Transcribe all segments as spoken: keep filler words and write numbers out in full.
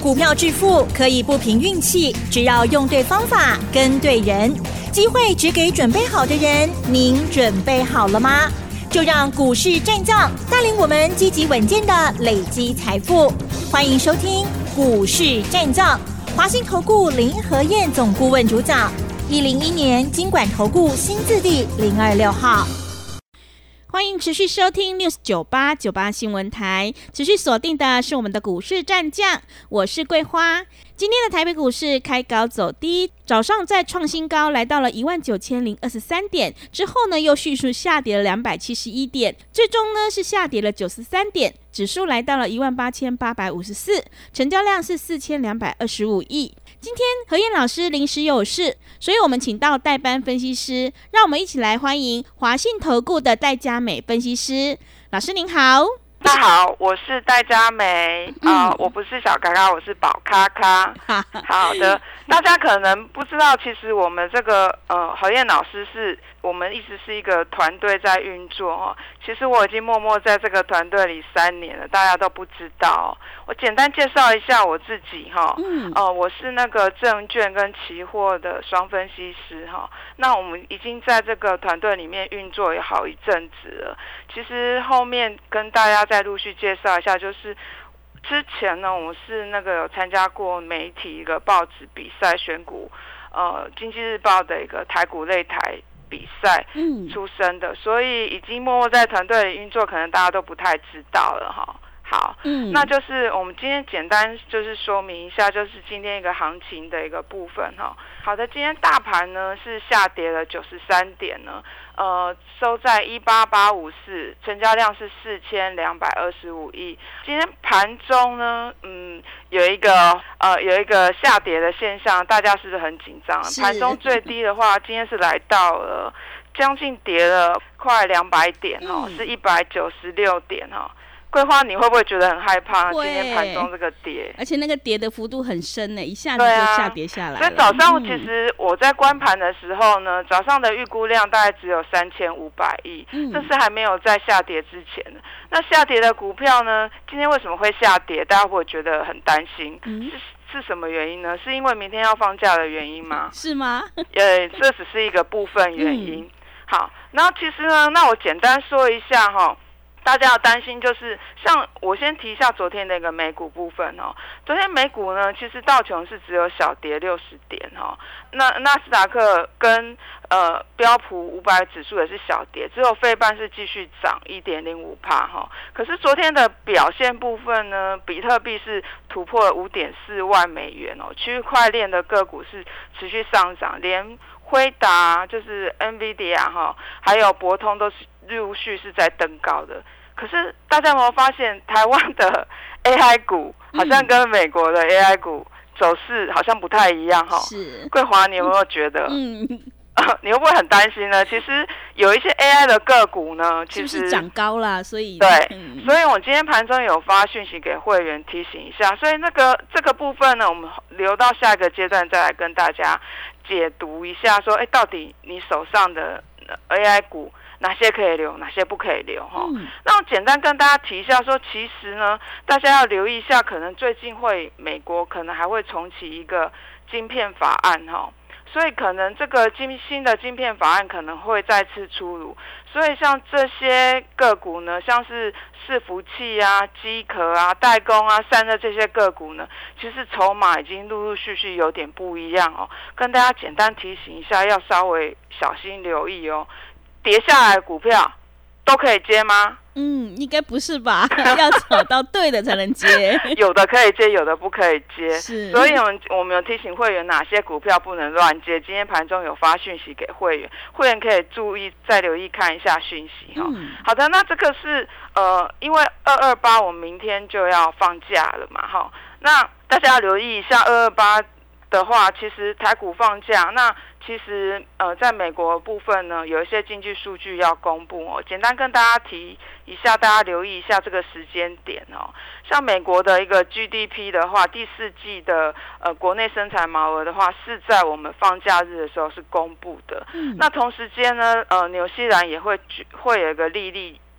股票致富可以不凭运气，只要用对方法跟对人，机会只给准备好的人。您准备好了吗？就让股市战将带领我们积极稳健的累积财富。欢迎收听股市战将，华信投顾林和彥总顾问主讲，一零一年金管投顾新字第零二六号。 欢迎持续收听 News 九八九八新闻台，持续锁定的是我们的股市战将，我是桂花。今天的台北股市开高走低，早上再创新高，来到了一万九千零二十三点，之后呢又迅速下跌了两百七十一点，最终呢是下跌了九十三点，指数来到了一万八千八百五十四，成交量是四千两百二十五亿。今天和彥老师临时有事，所以我们请到代班分析师，让我们一起来欢迎华信投顾的戴嘉美分析师。老师您好。 大家好，我是戴嘉美啊、呃，我不是小咖咖，我是宝咖咖。好的，大家可能不知道，其实我们这个呃和彥老师是我们一直是一个团队在运作哦。其实我已经默默在这个团队里三年了，大家都不知道、哦。我简单介绍一下我自己哈、哦，嗯，呃，我是那个证券跟期货的双分析师哈、哦。那我们已经在这个团队里面运作有好一阵子了。其实后面跟大家再陆续介绍一下，就是之前呢，我是那个有参加过媒体一个报纸比赛选股，呃，经济日报的一个台股擂台比赛出身的，嗯、所以已经默默在团队里运作，可能大家都不太知道了哈。好，嗯，那就是我们今天简单就是说明一下，就是今天一个行情的一个部分哈。好的，今天大盘呢是下跌了九十三点呢，呃，收在一八八五四，成交量是四千两百二十五亿。今天盘中呢，嗯，有一个呃有一个下跌的现象，大家是不是很紧张？盘中最低的话，今天是来到了将近跌了快两百点哦，嗯、是一百九十六点哦。桂花，你会不会觉得很害怕？今天盘中这个跌， 而且那个跌的幅度很深呢，一下子就下跌下来了。 所以早上其实我在观盘的时候呢，嗯、早上的预估量大概只有三千五百亿，嗯、这是还没有在下跌之前的。那下跌的股票呢，今天为什么会下跌？大家会觉得很担心，嗯、是是什么原因呢？是因为明天要放假的原因吗？ 是吗？ 呃，这只是一个部分原因。嗯、好，然后其实呢，那我简单说一下哈。大家要担心就是，像我先提一下昨天的一个美股部分哦。昨天美股呢，其实道琼是只有小跌六十点哦，那纳斯达克跟呃标普五百指数也是小跌，只有费半是继续涨一点零五趴哈。可是昨天的表现部分呢，比特币是突破了五点四万美元哦，区块链的个股是持续上涨，连辉达就是 NVIDIA 哈，还有博通都是陆续是在登高的。可是大家有没有发现，台湾的 A I 股好像跟美国的 A I 股走势好像不太一样哈？是，桂华，你有没有觉得？嗯，你会不会很担心呢？其实有一些 A I 的个股呢，其实是不是涨高啦？所以对，嗯、所以我今天盘中有发讯息给会员提醒一下，所以那个这个部分呢，我们留到下一个阶段再来跟大家解读一下，说，哎，到底你手上的 A I 股哪些可以留，哪些不可以留哈？嗯、那我简单跟大家提一下说，其实呢，大家要留意一下，可能最近会美国可能还会重启一个晶片法案哈，所以可能这个晶新的晶片法案可能会再次出炉，所以像这些个股呢，像是伺服器啊、机壳啊、代工啊、散热这些个股呢，其实筹码已经陆陆续续有点不一样哦，跟大家简单提醒一下，要稍微小心留意哦。跌下来的股票都可以接吗？ 嗯，应该不是吧？要找到对的才能接。 有的可以接，有的不可以接。是，所以我们我们有提醒会员哪些股票不能乱接。今天盘中有发讯息给会员，会员可以注意再留意看一下讯息哈。嗯、好的，那这个是呃，因为二二八我们明天就要放假了嘛哈。那大家要留意一下二二八的话，其实台股放假那。其实，呃，在美国部分呢，有一些经济数据要公布哦。简单跟大家提一下，大家留意一下这个时间点哦。像美国的一个 G D P 的话，第四季的呃国内生产毛额的话，是在我们放假日的时候是公布的。嗯、那同时间呢，呃，纽西兰也会会有一个利率。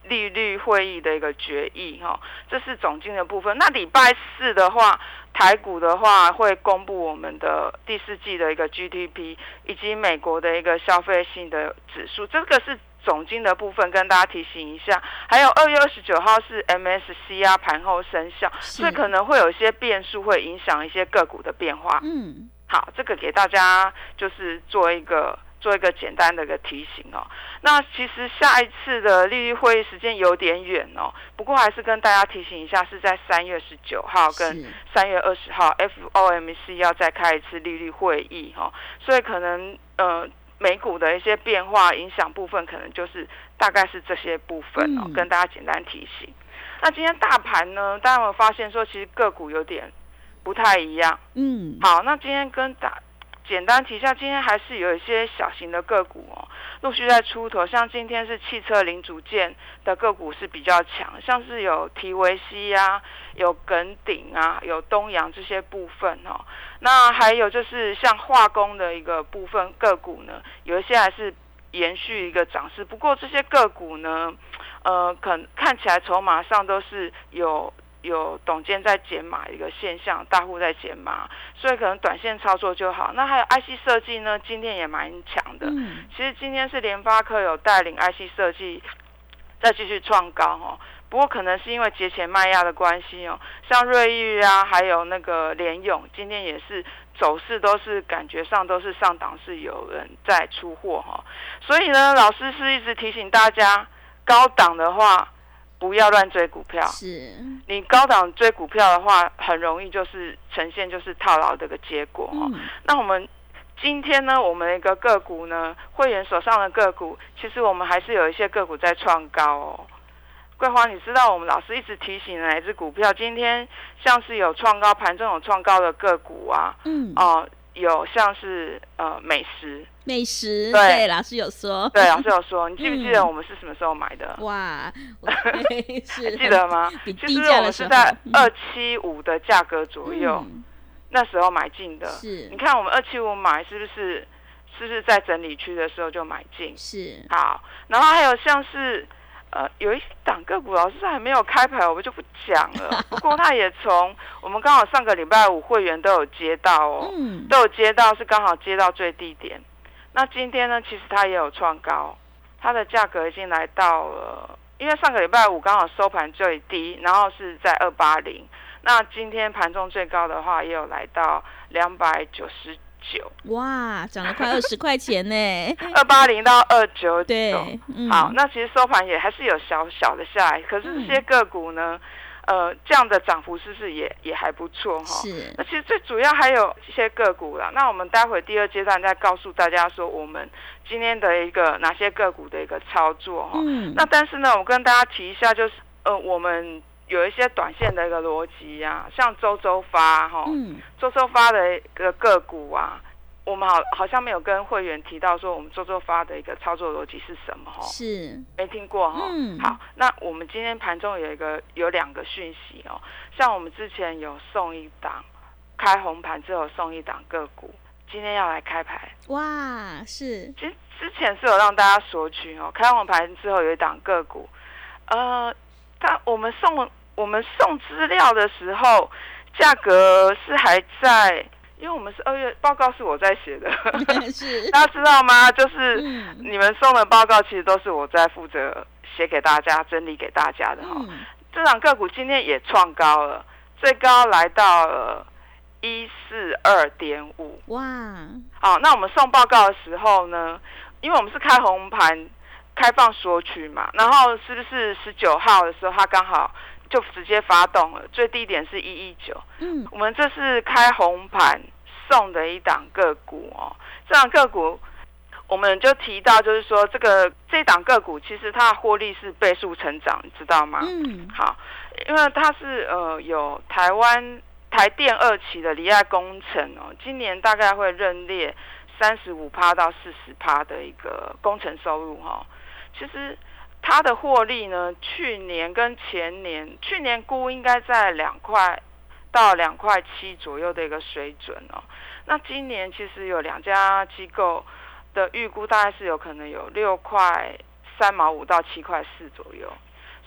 利率会议的一个决议哈，这是总经的部分。那礼拜四的话，台股的话会公布我们的第四季的一个 G D P 以及美国的一个消费性的指数，这个是总经的部分，跟大家提醒一下。还有二月二十九号是 M S C 啊，盘后生效，所以可能会有一些变数，会影响一些个股的变化。 嗯， 好，这个给大家就是做一个。做一个简单的一个提醒哦。那其实下一次的利率会议时间有点远哦，不过还是跟大家提醒一下，是在三月十九号跟三月二十号 F O M C 要再开一次利率会议哦，所以可能呃美股的一些变化影响部分，可能就是大概是这些部分哦，嗯、跟大家简单提醒。那今天大盘呢，大家有没有发现说，其实个股有点不太一样？嗯，好，那今天跟大简单提一下，今天还是有一些小型的个股哦，陆续在出头。像今天是汽车零组件的个股是比较强，像是有提维西啊，有耿鼎啊，有东阳这些部分哦。那还有就是像化工的一个部分个股呢，有一些还是延续一个涨势。不过这些个股呢，呃，可看起来筹码上都是有。有董监在减码一个现象，大户在减码，所以可能短线操作就好。那还有 I C 设计呢，今天也蛮强的。嗯、其实今天是联发科有带领 I C 设计再继续创高哦。不过可能是因为节前卖压的关系哦，像瑞昱啊，还有那个联咏，今天也是走势都是感觉上都是上档，是有人在出货哈、哦。所以呢，老师是一直提醒大家，高档的话。不要乱追股票，是你高档追股票的话，很容易就是呈现就是套牢的一个结果哦。嗯、那我们今天呢，我们的一个个股呢，会员手上的个股，其实我们还是有一些个股在创高哦。桂花，你知道我们老师一直提醒哪一只股票，今天像是有创高，盘中有创高的个股啊，嗯，哦、呃，有像是呃美食。 美食 对, 对，老师有说， 对，老师有说，你记不记得我们是什么时候买的？ 嗯、哇， 是记得吗？其实我们是在二七五的价格左右，嗯、那时候买进的。是，你看我们二七五买，是不是？是不是在整理区的时候就买进？是。好，然后还有像是呃，有一档个股，老师还没有开牌，我们就不讲了。不过它也从我们刚好上个礼拜五会员都有接到哦，嗯、都有接到，是刚好接到最低点。那今天呢，其实它也有创高，它的价格已经来到了，因为上个礼拜五刚好收盘最低，然后是在二八零，那今天盘中最高的话也有来到两百九十九， 哇，涨了快二十块钱呢， 二八零到二九九， 对，嗯、 好，那其实收盘也还是有小小的下来，可是这些个股呢？嗯呃，这样的涨幅是不是也也还不错哈？是。那其实最主要还有一些个股啦。那我们待会第二阶段再告诉大家说，我们今天的一个哪些个股的一个操作哈。嗯。那但是呢，我跟大家提一下，就是呃，我们有一些短线的一个逻辑啊，像周周发哈，嗯，周周发的一个个股啊。我们好好像没有跟会员提到说我们周周发的一个操作逻辑是什么哈？是没听过哈？嗯，好，那我们今天盘中有一个有两个讯息哦，像我们之前有送一档开红盘之后送一档个股，今天要来开牌。 哇，是， 其实之前是有让大家索取哦，开红盘之后有一档个股，呃，他我们送我们送资料的时候，价格是还在。因为我们是二月报告是我在写的，是大家知道吗？就是你们送的报告其实都是我在负责写给大家、整理给大家的哈。嗯、这档个股今天也创高了，最高来到了一四二点五。哇！好，那我们送报告的时候呢，因为我们是开红盘开放索取嘛，然后是不是十九号的时候它刚好就直接发动了，最低点是一一九。嗯，我们这是开红盘送的一档个股哦。这档个股我们就提到，就是说这个这档个股其实它的获利是倍数成长，你知道吗？嗯，好，因为它是呃有台湾台电二期的离岸工程哦，今年大概会认列三十五趴到四十趴的一个工程收入哈、哦。其实它的获利呢，去年跟前年，去年估应该在两块到两块七左右的一个水准哦。那今年其实有两家机构的预估，大概是有可能有六块三毛五到七块四左右。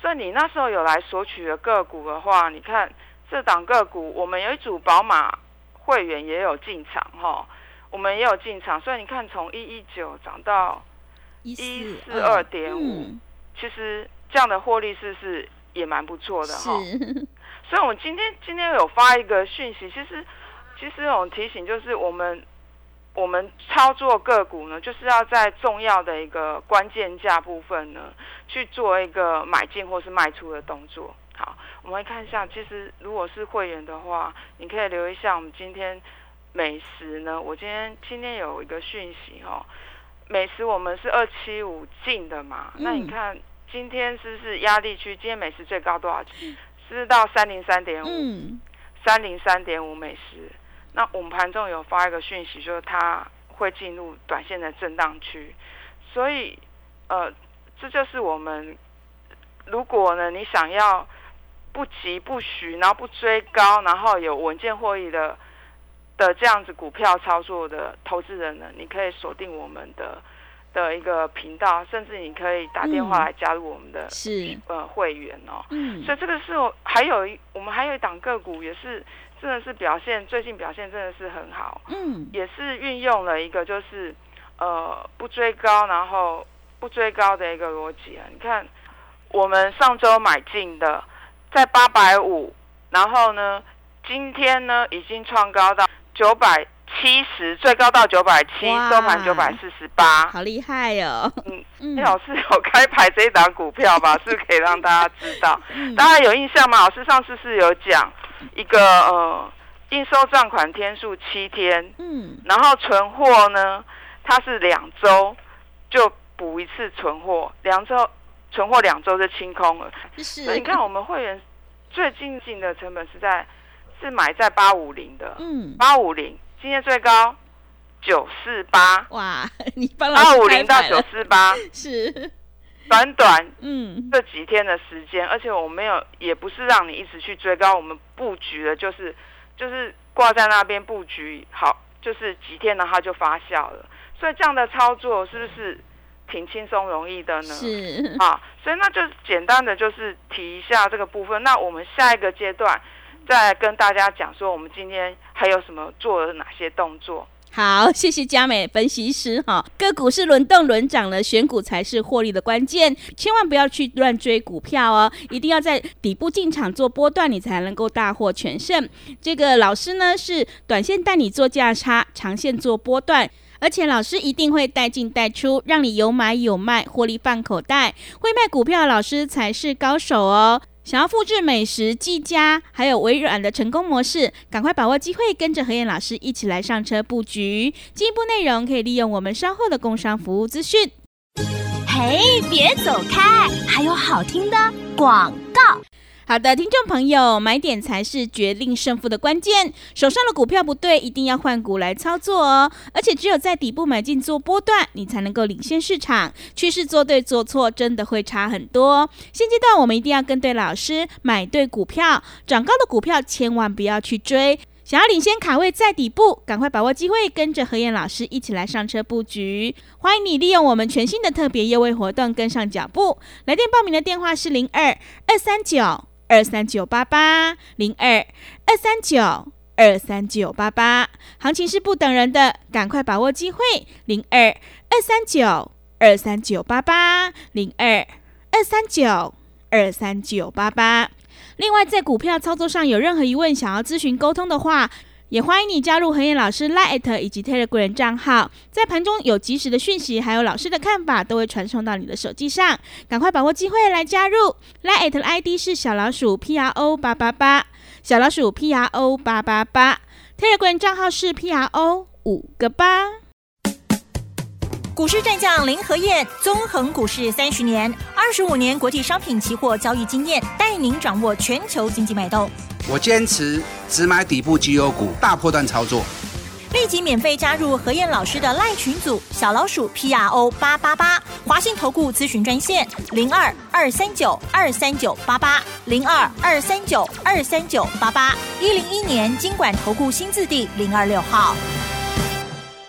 所以你那时候有来索取的个股的话，你看这档个股，我们有一组宝马会员也有进场哈，我们也有进场，所以你看从一一九涨到一四二点五，其实这样的获利是不是也蛮不错的哈？所以我们今天今天有发一个讯息，其实其实有提醒，就是我们我们操作个股呢，就是要在重要的一个关键价部分呢，去做一个买进或是卖出的动作。好，我们来看一下，其实如果是会员的话，你可以留意一下我们今天美食呢，我今天今天有一个讯息哈，美食我们是二七五进的嘛，嗯、那你看今天是不是压力区？今天美食最高多少钱？是到三零三点五，三零三点五美食。那我们盘中有发一个讯息，就是它会进入短线的震荡区，所以呃，这就是我们如果呢你想要不急不徐，然后不追高，然后有稳健获益的的这样子股票操作的投资人呢，你可以锁定我们的的一个频道，甚至你可以打电话来加入我们的、嗯、是呃会员哦。嗯，所以这个是还有一我们还有一档个股也是真的是表现最近表现真的是很好。嗯，也是运用了一个就是呃不追高，然后不追高的一个逻辑啊。你看我们上周买进的在八百五，然后呢今天呢已经创高到九百七十，最高到九百七，收盘九百四十八， 好厉害哦！嗯嗯，老师有开牌这一档股票吧？是可以让大家知道，嗯、大家有印象吗？老师上次是有讲一个呃应收账款天数七天，嗯，然后存货呢，它是两周就补一次存货，两周存货两周就清空了。是，所以你看我们会员最近进的成本是在是买在八五零的，嗯，八五零。今天最高九四八，哇！ 你帮八五零到九四八， 是短短嗯这几天的时间，而且我没有，也不是让你一直去追高，我们布局的就是就是挂在那边布局好，就是几天呢它就发酵了，所以这样的操作是不是挺轻松容易的呢？ 是啊，所以那就简单的就是提一下这个部分，那我们下一个阶段再跟大家讲说，我们今天还有什么做了哪些动作。 好，谢谢嘉美分析师哈。个股是轮动轮涨的，选股才是获利的关键，千万不要去乱追股票哦，一定要在底部进场做波段，你才能够大获全胜。这个老师呢是短线带你做价差，长线做波段。而且老师一定会带进带出，让你有买有卖，获利放口袋。会卖股票的老师才是高手哦。想要复制美食、技嘉还有微软的成功模式，赶快把握机会，跟着何燕老师一起来上车布局。进一步内容可以利用我们稍后的工商服务资讯。 嘿，别走开，还有好听的广告。 好的，听众朋友，买点才是决定胜负的关键。手上的股票不对，一定要换股来操作哦。而且只有在底部买进做波段，你才能够领先市场。趋势做对做错，真的会差很多。现阶段我们一定要跟对老师，买对股票，涨高的股票千万不要去追。想要领先卡位在底部，赶快把握机会，跟着何燕老师一起来上车布局。欢迎你利用我们全新的特别优惠活动跟上脚步。来电报名的电话是零二二三九二三九八八零二二三九二三九八八，行情是不等人的，赶快把握机会。零二二三九二三九八八零二二三九二三九八八。另外，在股票操作上有任何疑问，想要咨询沟通的话，也欢迎你加入何燕老师 Line 以及 Telegram 账号，在盘中有及时的讯息，还有老师的看法，都会传送到你的手机上。赶快把握机会来加入 Line 的 I D 是小老鼠 P R O 八八八，小老鼠 P R O 八八八， Telegram 账号是 P R O 五个八。 股市战将林和燕，纵横股市三十年，二十五年国际商品期货交易经验，带您掌握全球经济脉动。 我坚持只买底部绩优股，大波段操作。 立即免费加入何燕老师的 LINE 群组，小老鼠 P R O 八八八，华信投顾咨询专线零二二三九二三九八八零二二三九二三九八八，一零一年金管投顾新字第零二六号。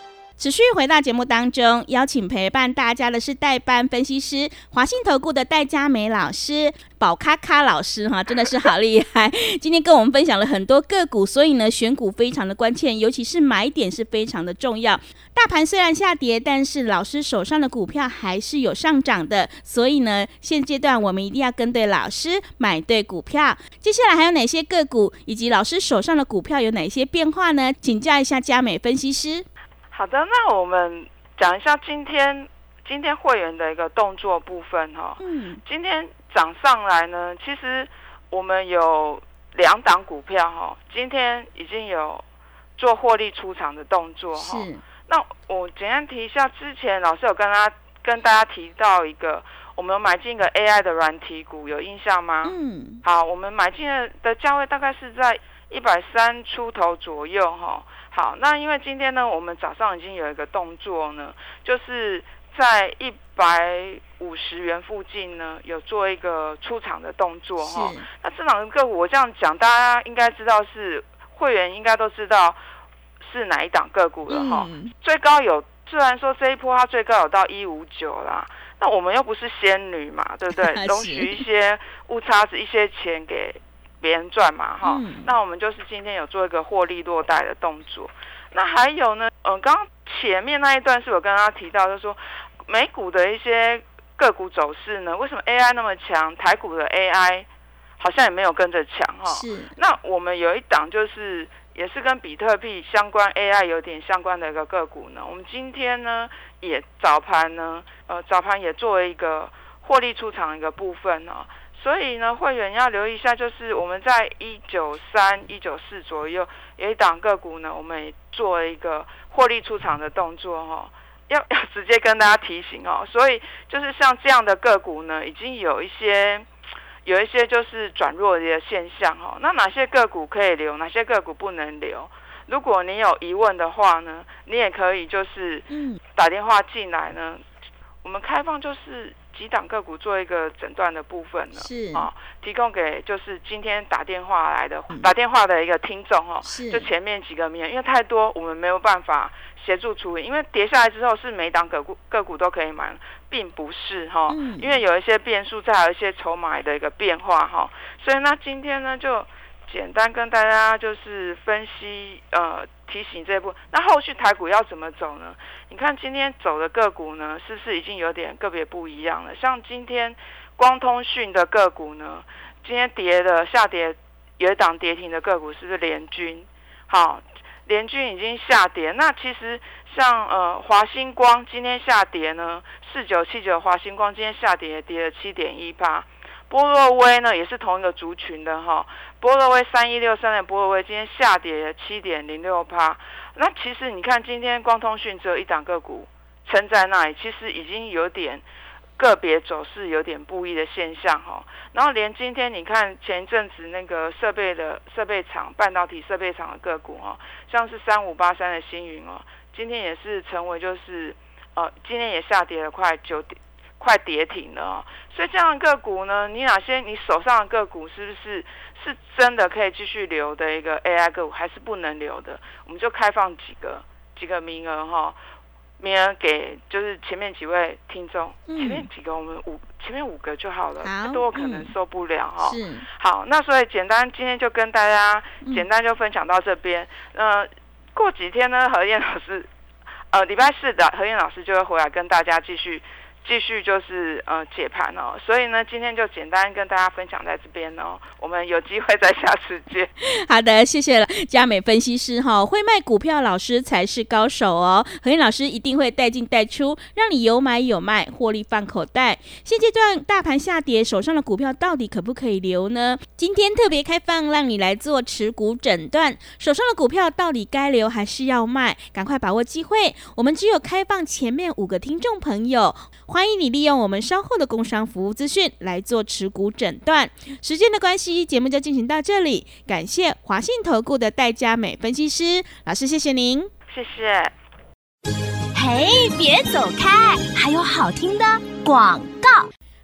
持续回到节目当中，邀请陪伴大家的是代班分析师华信投顾的戴嘉美老师，宝咖咖老师哈，真的是好厉害。今天跟我们分享了很多个股，所以呢，选股非常的关键，尤其是买点是非常的重要。大盘虽然下跌，但是老师手上的股票还是有上涨的，所以呢，现阶段我们一定要跟对老师，买对股票。接下来还有哪些个股，以及老师手上的股票有哪些变化呢？请教一下嘉美分析师。 好的，那我们讲一下今天今天会员的一个动作部分哈。嗯，今天涨上来呢，其实我们有两档股票哈，今天已经有做获利出场的动作哈。是。那我简单提一下，之前老师有跟他跟大家提到一个，我们买进一个 A I 的软体股，有印象吗？嗯。好，我们买进的价位大概是在一百三出头左右哈。好，那因为今天呢，我们早上已经有一个动作呢，就是在一百五十元附近呢，有做一个出场的动作哈。那这两个个股我这样讲，大家应该知道是会员应该都知道是哪一档个股了哈。嗯、最高有，虽然说这一波它最高有到一五九啦，那我们又不是仙女嘛，对不对？容许一些误差值一些钱给别人赚嘛，哈、嗯，那我们就是今天有做一个获利落袋的动作。那还有呢，嗯、呃，刚刚前面那一段是我跟大家提到，就是说美股的一些个股走势呢，为什么 A I 那么强，台股的 A I 好像也没有跟着强哈。是。那我们有一档就是也是跟比特币相关 A I 有点相关的一个个股呢，我们今天呢也早盘呢，呃，早盘也作为一个获利出场的一个部分呢。所以呢，会员要留意一下，就是我们在一九三、一九四左右有一档个股呢，我们也做了一个获利出场的动作哈，要要直接跟大家提醒哦。所以就是像这样的个股呢，已经有一些有一些就是转弱的现象哈。那哪些个股可以留，哪些个股不能留？如果你有疑问的话呢，你也可以就是打电话进来呢，我们开放就是几档个股做一个诊断的部分呢，是啊、哦，提供给就是今天打电话来的、嗯、打电话的一个听众哦，就前面几个名额，因为太多我们没有办法协助处理，因为跌下来之后是每档个股个股都可以买，并不是哈、哦嗯，因为有一些变数，再有一些筹码的一个变化哈、哦，所以那今天呢就简单跟大家就是分析呃。提醒这一步，那后续台股要怎么走呢？你看今天走的个股呢，是不是已经有点个别不一样了？像今天光通讯的个股呢，今天跌的下跌有一档跌停的个股，是不是联军？好，联军已经下跌。那其实像呃华星光今天下跌呢，四九七九华星光今天下跌跌了七点一八。波若威呢也是同一个族群的哈，波若威三一六三的波若威今天下跌七点零六趴。那其实你看今天光通讯只有一档个股撑在那里，其实已经有点个别走势有点不一的现象哈。然后连今天你看前一阵子那个设备的设备厂、半导体设备厂的个股哈，像是三五八三的星云哦，今天也是成为就是呃今天也下跌了快九点。快跌停了、哦，所以这样的个股呢，你哪些你手上的个股是不是是真的可以继续留的一个 A I 个股，还是不能留的？我们就开放几个几个名额哈、哦，名额给就是前面几位听众，嗯、前面几个我们五前面五个就好了，太多我可能受不了哈、哦嗯。好，那所以简单今天就跟大家简单就分享到这边。呃，过几天呢，何燕老师，呃，礼拜四的何燕老师就会回来跟大家继续。继续就是呃解盘哦，所以呢，今天就简单跟大家分享在这边哦，我们有机会再下次见。 好的，谢谢嘉美分析师哈、哦，会卖股票老师才是高手哦。何燕老师一定会带进带出，让你有买有卖，获利放口袋。现阶段大盘下跌，手上的股票到底可不可以留呢？今天特别开放，让你来做持股诊断，手上的股票到底该留还是要卖？赶快把握机会，我们只有开放前面五个听众朋友。欢迎你利用我们稍后的工商服务资讯来做持股诊断。时间的关系，节目就进行到这里。感谢华信投顾的戴嘉美分析师老师，谢谢您， 谢谢。 嘿，别走开，还有好听的广告。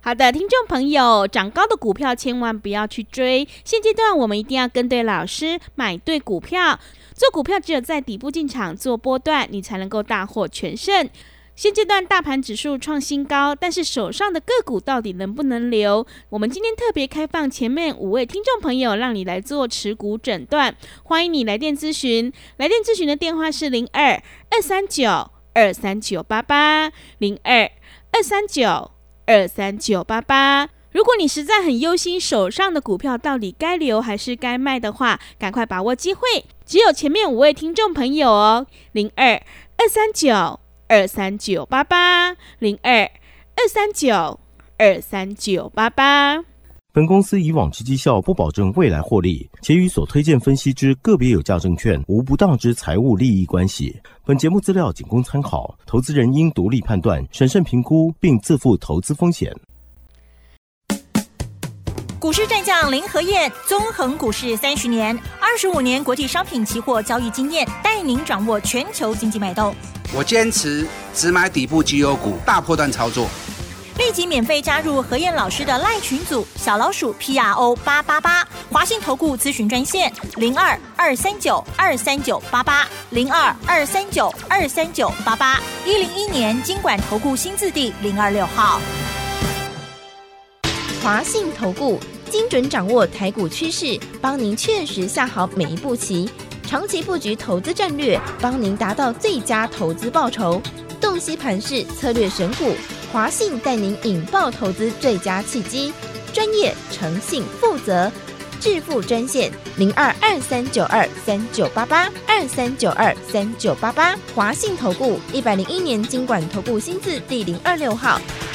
好的，听众朋友，涨高的股票千万不要去追，现阶段我们一定要跟对老师，买对股票。做股票只有在底部进场做波段，你才能够大获全胜。现阶段大盘指数创新高，但是手上的个股到底能不能留？我们今天特别开放前面五位听众朋友，让你来做持股诊断，欢迎你来电咨询。来电咨询的电话是零二二三九二三九八八零二二三九二三九八八。如果你实在很忧心手上的股票到底该留还是该卖的话，赶快把握机会，只有前面五位听众朋友哦，零二二三九二三九八八零二二三九二三九八八。 本公司以往之绩效不保证未来获利，且与所推荐分析之个别有价证券无不当之财务利益关系。本节目资料仅供参考，投资人应独立判断、审慎评估，并自负投资风险。 股市战将林和彥，纵横股市三十年，二十五年国际商品期货交易经验，带您掌握全球经济脉动。 我坚持只买底部绩优股，大波段操作。 立即免费加入和彥老师的赖群组，小老鼠 P R O 八八八，华信投顾咨询专线零二二三九二三九八八零二二三九二三九八八，一零一年金管投顾新字第零二六号。 华信投顾精准掌握台股趋势，帮您确实下好每一步棋，长期布局投资战略，帮您达到最佳投资报酬。洞悉盘势，策略选股，华信带您引爆投资最佳契机，专业、诚信、负责，致富专线零二二三九二三九八八二三九二三九八八。华信投顾一百零一年金管投顾新字第零二六号。